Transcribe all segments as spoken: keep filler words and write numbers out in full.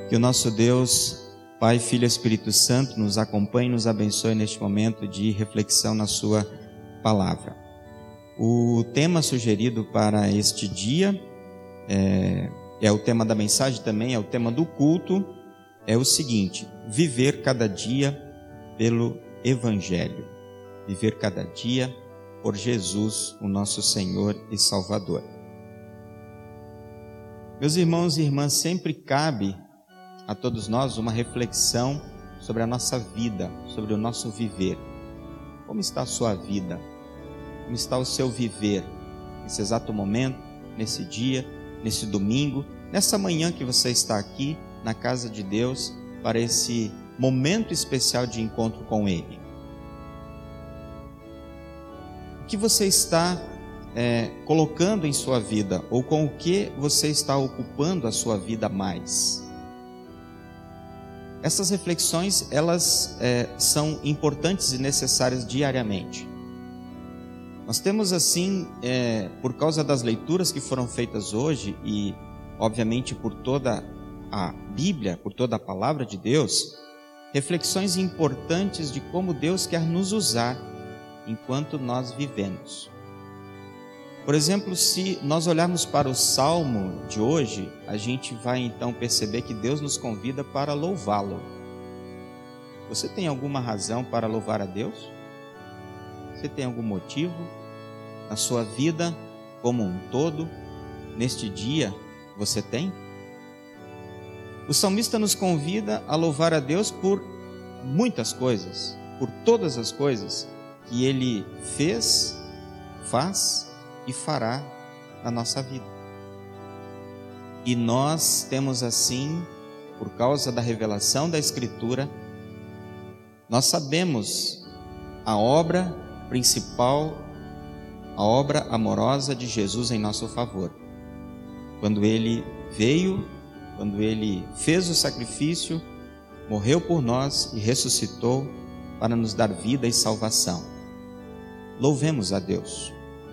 Que o nosso Deus, Pai, Filho e Espírito Santo, nos acompanhe e nos abençoe neste momento de reflexão na sua palavra. O tema sugerido para este dia é, é o tema da mensagem também, é o tema do culto, é o seguinte: viver cada dia pelo Evangelho. Viver cada dia por Jesus, o nosso Senhor e Salvador. Meus irmãos e irmãs, sempre cabe a todos nós uma reflexão sobre a nossa vida, sobre o nosso viver. Como está a sua vida? Como está o seu viver nesse exato momento, nesse dia, nesse domingo, nessa manhã que você está aqui na casa de Deus para esse momento especial de encontro com Ele? O que você está é, colocando em sua vida, ou com o que você está ocupando a sua vida mais? Essas reflexões, elas é, são importantes e necessárias diariamente. Nós temos assim, é, por causa das leituras que foram feitas hoje e, obviamente, por toda a Bíblia, por toda a Palavra de Deus, reflexões importantes de como Deus quer nos usar enquanto nós vivemos. Por exemplo, se nós olharmos para o Salmo de hoje, a gente vai então perceber que Deus nos convida para louvá-lo. Você tem alguma razão para louvar a Deus? Você tem algum motivo na sua vida como um todo? Neste dia, você tem? O salmista nos convida a louvar a Deus por muitas coisas, por todas as coisas que Ele fez, faz e fará na nossa vida. E nós temos assim, por causa da revelação da Escritura, nós sabemos a obra principal, a obra amorosa de Jesus em nosso favor. Quando Ele veio, quando Ele fez o sacrifício, morreu por nós e ressuscitou para nos dar vida e salvação. Louvemos a Deus.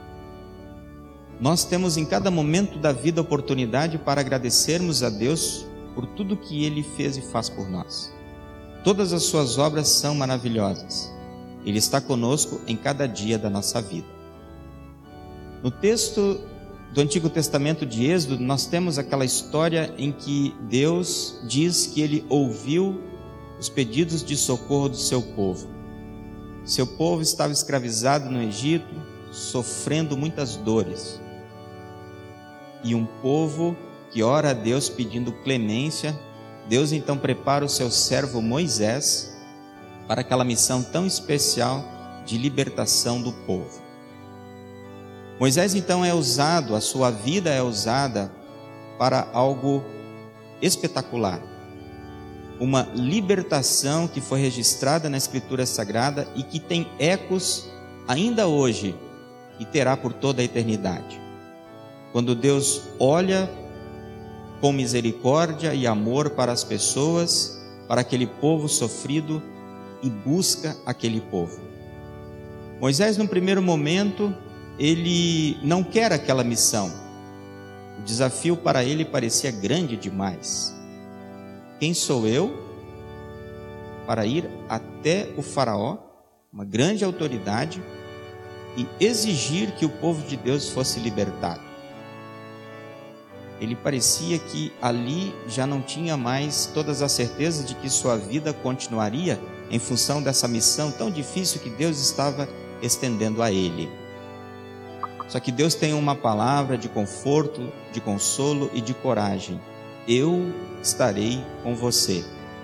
Nós temos em cada momento da vida oportunidade para agradecermos a Deus por tudo que Ele fez e faz por nós. Todas as suas obras são maravilhosas. Ele está conosco em cada dia da nossa vida. No texto do Antigo Testamento de Êxodo, nós temos aquela história em que Deus diz que Ele ouviu os pedidos de socorro do seu povo. Seu povo estava escravizado no Egito, sofrendo muitas dores. E um povo que ora a Deus pedindo clemência, Deus então prepara o seu servo Moisés para aquela missão tão especial de libertação do povo. Moisés então é usado, a sua vida é usada para algo espetacular. Uma libertação que foi registrada na Escritura Sagrada e que tem ecos ainda hoje e terá por toda a eternidade. Quando Deus olha com misericórdia e amor para as pessoas, para aquele povo sofrido e busca aquele povo. Moisés, no primeiro momento, ele não quer aquela missão. O desafio para ele parecia grande demais. Quem sou eu para ir até o faraó, uma grande autoridade, e exigir que o povo de Deus fosse libertado? Ele parecia que ali já não tinha mais todas as certezas de que sua vida continuaria em função dessa missão tão difícil que Deus estava estendendo a ele. Só que Deus tem uma palavra de conforto, de consolo e de coragem. Eu estarei com você.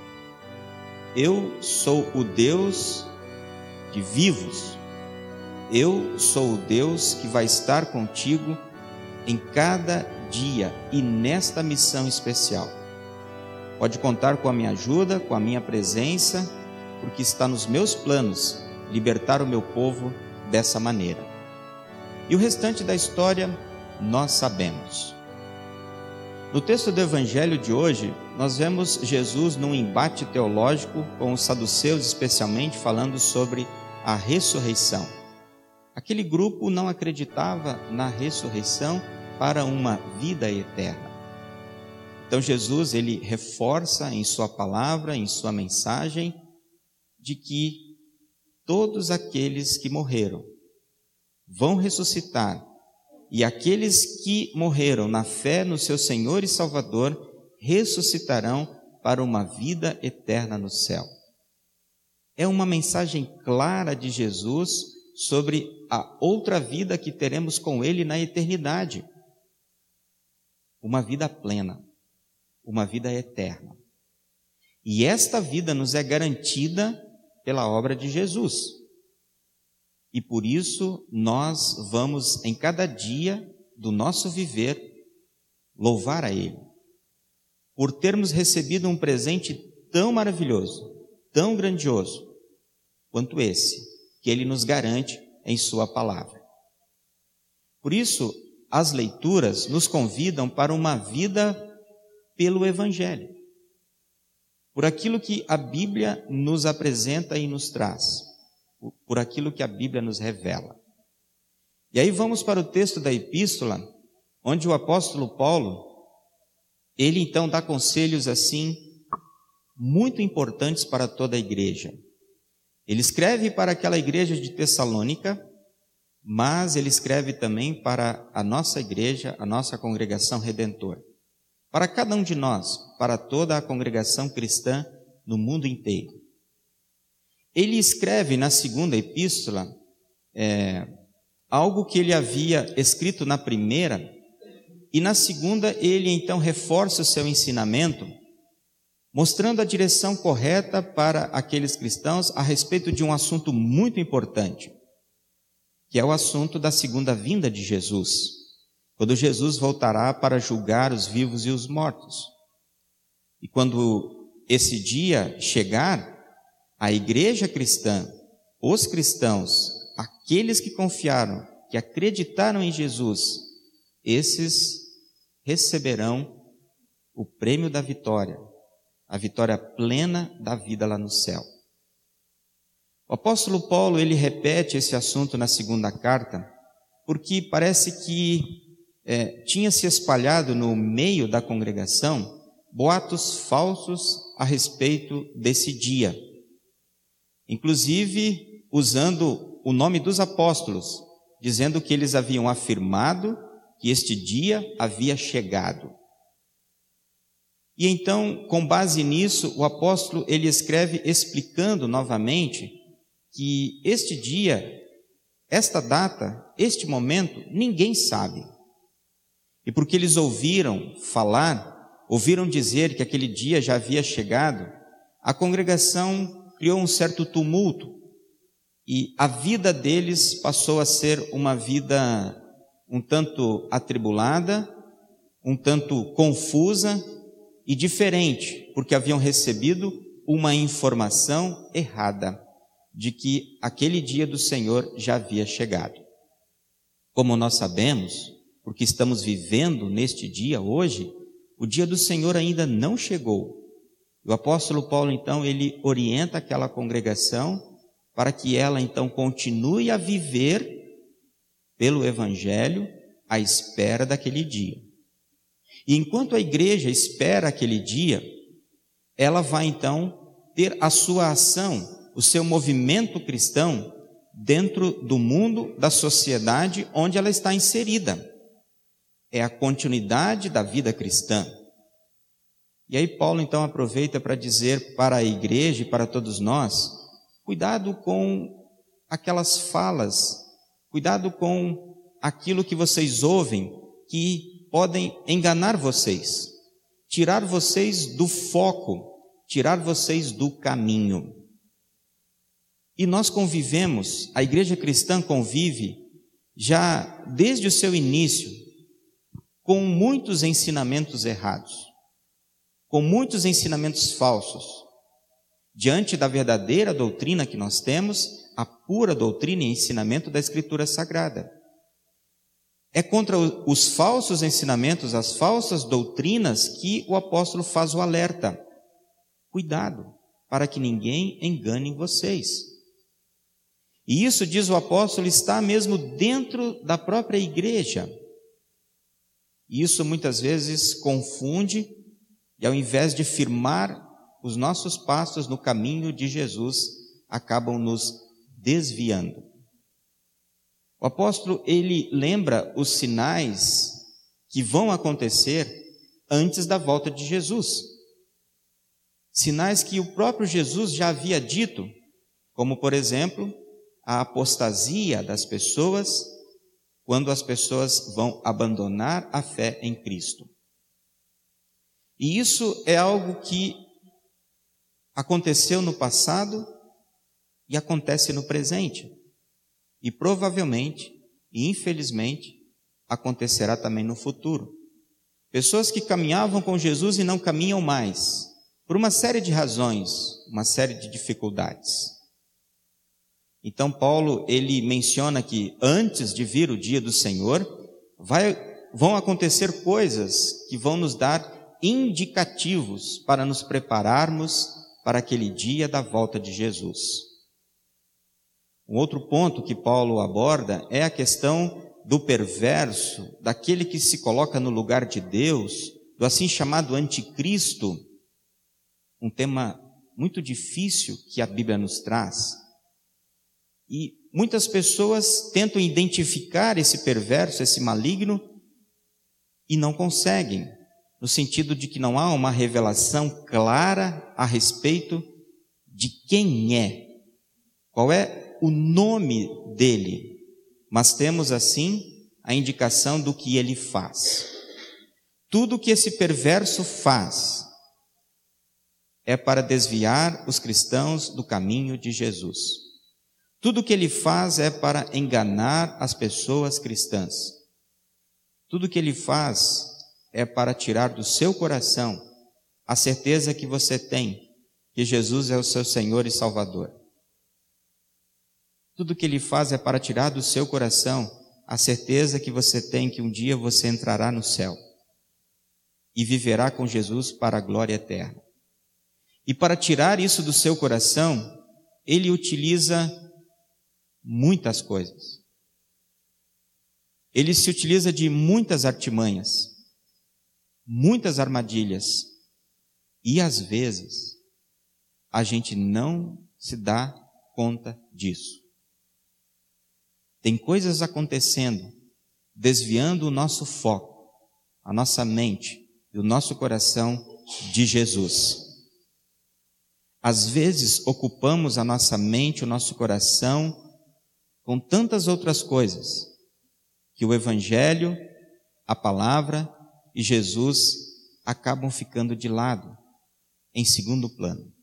Eu sou o Deus de vivos. Eu sou o Deus que vai estar contigo em cada dia e nesta missão especial. Pode contar com a minha ajuda, com a minha presença, porque está nos meus planos libertar o meu povo dessa maneira. E o restante da história nós sabemos. No texto do Evangelho de hoje, nós vemos Jesus num embate teológico com os saduceus, especialmente falando sobre a ressurreição. Aquele grupo não acreditava na ressurreição para uma vida eterna. Então Jesus, ele reforça em sua palavra, em sua mensagem, de que todos aqueles que morreram vão ressuscitar, e aqueles que morreram na fé no seu Senhor e Salvador ressuscitarão para uma vida eterna no céu. É uma mensagem clara de Jesus sobre a outra vida que teremos com Ele na eternidade. Uma vida plena, uma vida eterna. E esta vida nos é garantida pela obra de Jesus. E por isso nós vamos, em cada dia do nosso viver, louvar a Ele, por termos recebido um presente tão maravilhoso, tão grandioso, quanto esse, que Ele nos garante em sua palavra. Por isso, as leituras nos convidam para uma vida pelo Evangelho, por aquilo que a Bíblia nos apresenta e nos traz, por aquilo que a Bíblia nos revela. E aí vamos para o texto da epístola, onde o apóstolo Paulo, ele então dá conselhos assim, muito importantes para toda a igreja. Ele escreve para aquela igreja de Tessalônica, mas ele escreve também para a nossa igreja, a nossa congregação redentora. Para cada um de nós, para toda a congregação cristã no mundo inteiro. Ele escreve na segunda epístola é, algo que ele havia escrito na primeira, e na segunda ele então reforça o seu ensinamento, mostrando a direção correta para aqueles cristãos a respeito de um assunto muito importante, que é o assunto da segunda vinda de Jesus, quando Jesus voltará para julgar os vivos e os mortos. E quando esse dia chegar, a igreja cristã, os cristãos, aqueles que confiaram, que acreditaram em Jesus, esses receberão o prêmio da vitória, a vitória plena da vida lá no céu. O apóstolo Paulo, ele repete esse assunto na segunda carta, porque parece que é, tinha se espalhado no meio da congregação boatos falsos a respeito desse dia. Inclusive usando o nome dos apóstolos, dizendo que eles haviam afirmado que este dia havia chegado. E então, com base nisso, o apóstolo ele escreve explicando novamente que este dia, esta data, este momento, ninguém sabe. E porque eles ouviram falar, ouviram dizer que aquele dia já havia chegado, a congregação criou um certo tumulto, e a vida deles passou a ser uma vida um tanto atribulada, um tanto confusa e diferente, porque haviam recebido uma informação errada de que aquele dia do Senhor já havia chegado. Como nós sabemos, porque estamos vivendo neste dia hoje, o dia do Senhor ainda não chegou. O apóstolo Paulo, então, ele orienta aquela congregação para que ela, então, continue a viver pelo Evangelho à espera daquele dia. E enquanto a igreja espera aquele dia, ela vai, então, ter a sua ação, o seu movimento cristão dentro do mundo, da sociedade onde ela está inserida. É a continuidade da vida cristã. E aí Paulo então aproveita para dizer para a igreja e para todos nós, cuidado com aquelas falas, cuidado com aquilo que vocês ouvem, que podem enganar vocês, tirar vocês do foco, tirar vocês do caminho. E nós convivemos, a igreja cristã convive, já desde o seu início, com muitos ensinamentos errados, com muitos ensinamentos falsos. Diante da verdadeira doutrina que nós temos, a pura doutrina e ensinamento da Escritura Sagrada. É contra os falsos ensinamentos, as falsas doutrinas que o apóstolo faz o alerta. Cuidado, para que ninguém engane vocês. E isso, diz o apóstolo, está mesmo dentro da própria igreja. E isso muitas vezes confunde e ao invés de firmar os nossos passos no caminho de Jesus, acabam nos desviando. O apóstolo, ele lembra os sinais que vão acontecer antes da volta de Jesus. Sinais que o próprio Jesus já havia dito, como, por exemplo, a apostasia das pessoas, quando as pessoas vão abandonar a fé em Cristo. E isso é algo que aconteceu no passado e acontece no presente. E provavelmente, e infelizmente, acontecerá também no futuro. Pessoas que caminhavam com Jesus e não caminham mais, por uma série de razões, uma série de dificuldades. Então Paulo, ele menciona que antes de vir o dia do Senhor, vai, vão acontecer coisas que vão nos dar indicativos para nos prepararmos para aquele dia da volta de Jesus. Um outro ponto que Paulo aborda é a questão do perverso, daquele que se coloca no lugar de Deus, do assim chamado anticristo, um tema muito difícil que a Bíblia nos traz. E muitas pessoas tentam identificar esse perverso, esse maligno, e não conseguem, no sentido de que não há uma revelação clara a respeito de quem é, qual é o nome dele, mas temos assim a indicação do que ele faz. Tudo que esse perverso faz é para desviar os cristãos do caminho de Jesus. Tudo que ele faz é para enganar as pessoas cristãs. Tudo que ele faz é para tirar do seu coração a certeza que você tem que Jesus é o seu Senhor e Salvador. Tudo que ele faz é para tirar do seu coração a certeza que você tem que um dia você entrará no céu e viverá com Jesus para a glória eterna. E para tirar isso do seu coração, ele utiliza muitas coisas. Ele se utiliza de muitas artimanhas, muitas armadilhas, e às vezes a gente não se dá conta disso. Tem coisas acontecendo, desviando o nosso foco, a nossa mente e o nosso coração de Jesus. Às vezes ocupamos a nossa mente, o nosso coração com tantas outras coisas, que o Evangelho, a palavra e Jesus acabam ficando de lado, em segundo plano.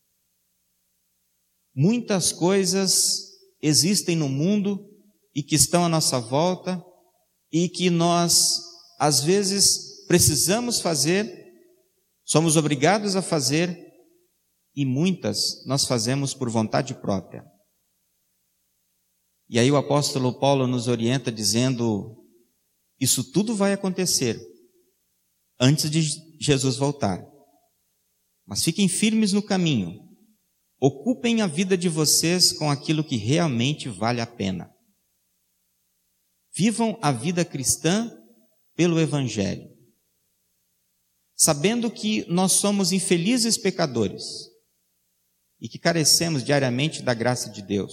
Muitas coisas existem no mundo e que estão à nossa volta e que nós, às vezes, precisamos fazer, somos obrigados a fazer, e muitas nós fazemos por vontade própria. E aí o apóstolo Paulo nos orienta dizendo, isso tudo vai acontecer antes de Jesus voltar. Mas fiquem firmes no caminho, ocupem a vida de vocês com aquilo que realmente vale a pena. Vivam a vida cristã pelo Evangelho, sabendo que nós somos infelizes pecadores e que carecemos diariamente da graça de Deus.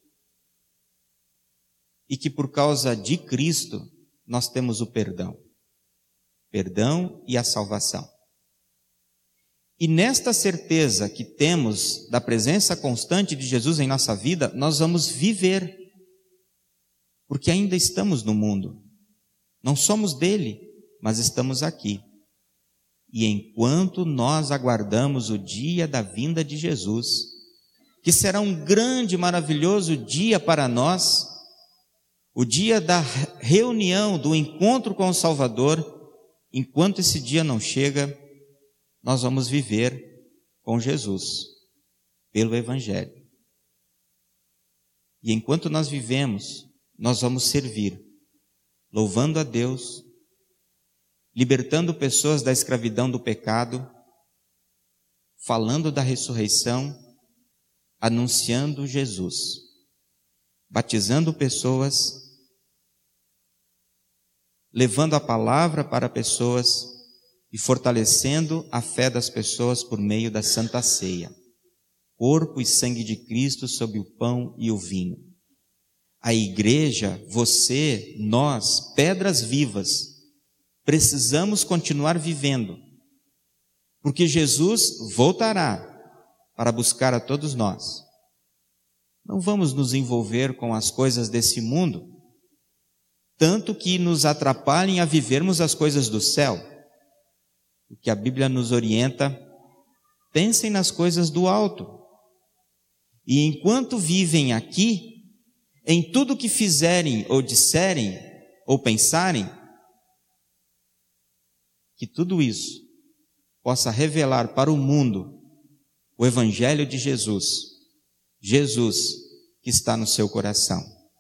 E que por causa de Cristo nós temos o perdão. Perdão e a salvação. E nesta certeza que temos da presença constante de Jesus em nossa vida, nós vamos viver. Porque ainda estamos no mundo. Não somos dele, mas estamos aqui. E enquanto nós aguardamos o dia da vinda de Jesus, que será um grande, maravilhoso dia para nós, o dia da reunião, do encontro com o Salvador, enquanto esse dia não chega, nós vamos viver com Jesus, pelo Evangelho. E enquanto nós vivemos, nós vamos servir, louvando a Deus, libertando pessoas da escravidão do pecado, falando da ressurreição, anunciando Jesus, batizando pessoas, levando a palavra para pessoas e fortalecendo a fé das pessoas por meio da Santa Ceia, corpo e sangue de Cristo sob o pão e o vinho. A igreja, você, nós, pedras vivas, precisamos continuar vivendo, porque Jesus voltará para buscar a todos nós. Não vamos nos envolver com as coisas desse mundo, tanto que nos atrapalhem a vivermos as coisas do céu. O que a Bíblia nos orienta, pensem nas coisas do alto. E enquanto vivem aqui, em tudo que fizerem ou disserem ou pensarem, que tudo isso possa revelar para o mundo o Evangelho de Jesus, Jesus que está no seu coração.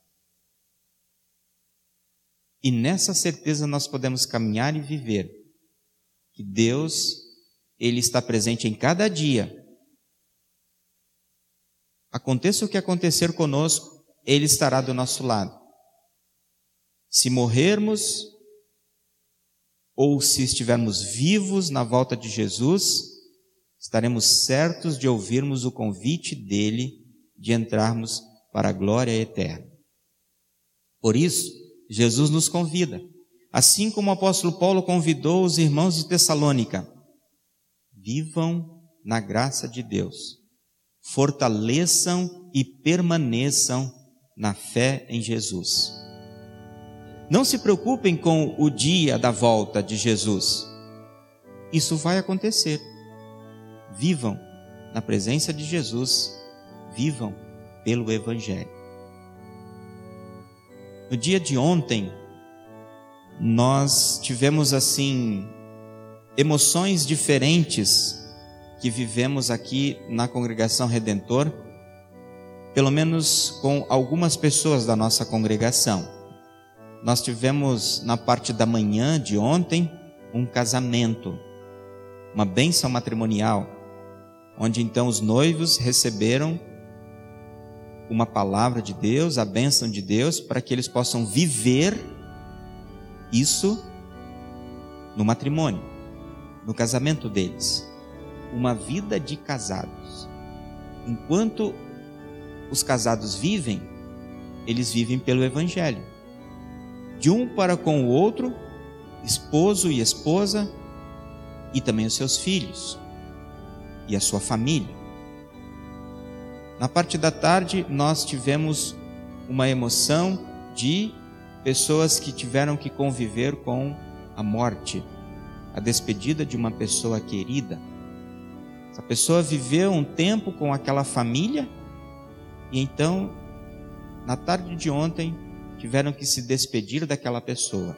E nessa certeza nós podemos caminhar e viver, que Deus, Ele está presente em cada dia. Aconteça o que acontecer conosco, Ele estará do nosso lado. Se morrermos, ou se estivermos vivos na volta de Jesus, estaremos certos de ouvirmos o convite dele de entrarmos para a glória eterna. Por isso, Jesus nos convida, assim como o apóstolo Paulo convidou os irmãos de Tessalônica: vivam na graça de Deus, fortaleçam e permaneçam na fé em Jesus. Não se preocupem com o dia da volta de Jesus. Isso vai acontecer. Vivam na presença de Jesus. Vivam pelo Evangelho. No dia de ontem, nós tivemos assim emoções diferentes que vivemos aqui na Congregação Redentor, pelo menos com algumas pessoas da nossa congregação. Nós tivemos na parte da manhã de ontem um casamento, uma bênção matrimonial, onde então os noivos receberam uma palavra de Deus, a bênção de Deus, para que eles possam viver isso no matrimônio, no casamento deles. Uma vida de casados. Enquanto os casados vivem, eles vivem pelo Evangelho. De um para com o outro, esposo e esposa, e também os seus filhos, e a sua família. Na parte da tarde, nós tivemos uma emoção de pessoas que tiveram que conviver com a morte, a despedida de uma pessoa querida. Essa pessoa viveu um tempo com aquela família, e então, na tarde de ontem, tiveram que se despedir daquela pessoa.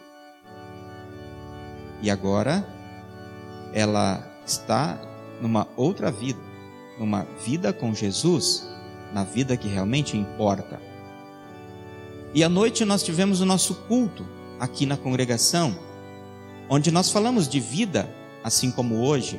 E agora, ela está numa outra vida, numa vida com Jesus, na vida que realmente importa. E à noite nós tivemos o nosso culto aqui na congregação, onde nós falamos de vida, assim como hoje.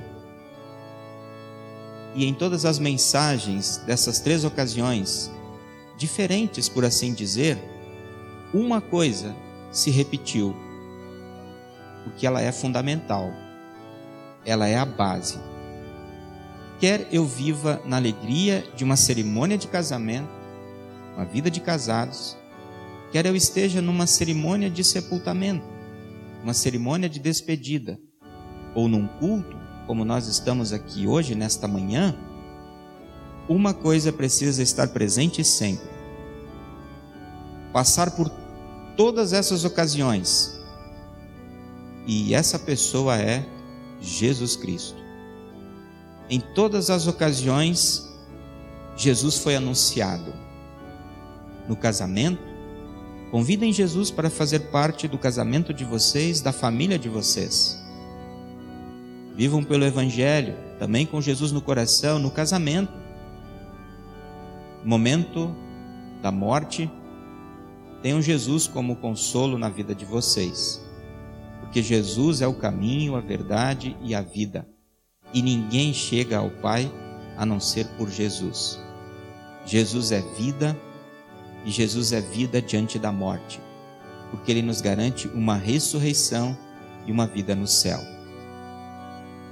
E em todas as mensagens dessas três ocasiões, diferentes por assim dizer, uma coisa se repetiu, porque ela é fundamental, ela é a base. Quer eu viva na alegria de uma cerimônia de casamento, uma vida de casados, quer eu esteja numa cerimônia de sepultamento, uma cerimônia de despedida, ou num culto, como nós estamos aqui hoje, nesta manhã, uma coisa precisa estar presente sempre: passar por todas essas ocasiões, e essa pessoa é Jesus Cristo. Em todas as ocasiões, Jesus foi anunciado. No casamento, convidem Jesus para fazer parte do casamento de vocês, da família de vocês. Vivam pelo Evangelho, também com Jesus no coração, no casamento. No momento da morte, tenham Jesus como consolo na vida de vocês, porque Jesus é o caminho, a verdade e a vida, e ninguém chega ao Pai a não ser por Jesus. Jesus é vida, e Jesus é vida diante da morte, porque Ele nos garante uma ressurreição e uma vida no céu.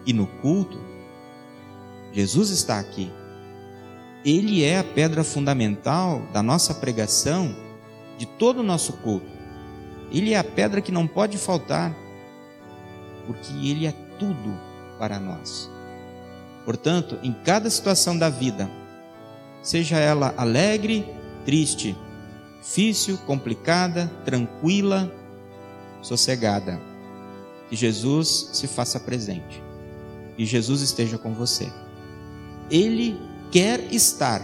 e no culto, Jesus está aqui. Ele é a pedra fundamental da nossa pregação, de todo o nosso culto. Ele é a pedra que não pode faltar, porque Ele é tudo para nós. Portanto, em cada situação da vida, seja ela alegre, triste, difícil, complicada, tranquila, sossegada, que Jesus se faça presente e Jesus esteja com você. Ele quer estar,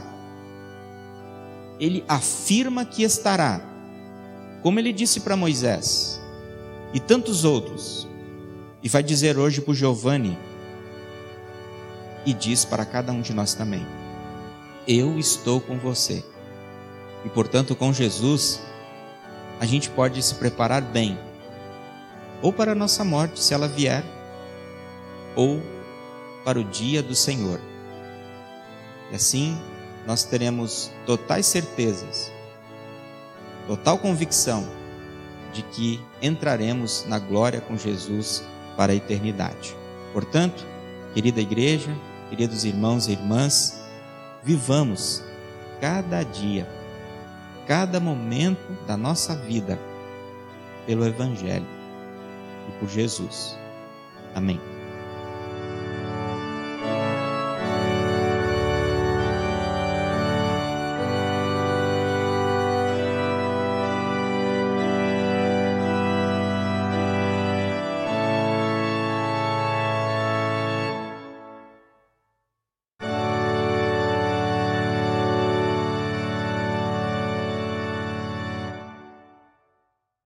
Ele afirma que estará, como Ele disse para Moisés e tantos outros, e vai dizer hoje para o Giovanni, e diz para cada um de nós também: eu estou com você. E portanto, com Jesus, a gente pode se preparar bem, ou para a nossa morte, se ela vier, ou para o dia do Senhor. E assim, nós teremos totais certezas, total convicção de que entraremos na glória com Jesus para a eternidade. Portanto, querida igreja, queridos irmãos e irmãs, vivamos cada dia, cada momento da nossa vida pelo Evangelho e por Jesus. Amém.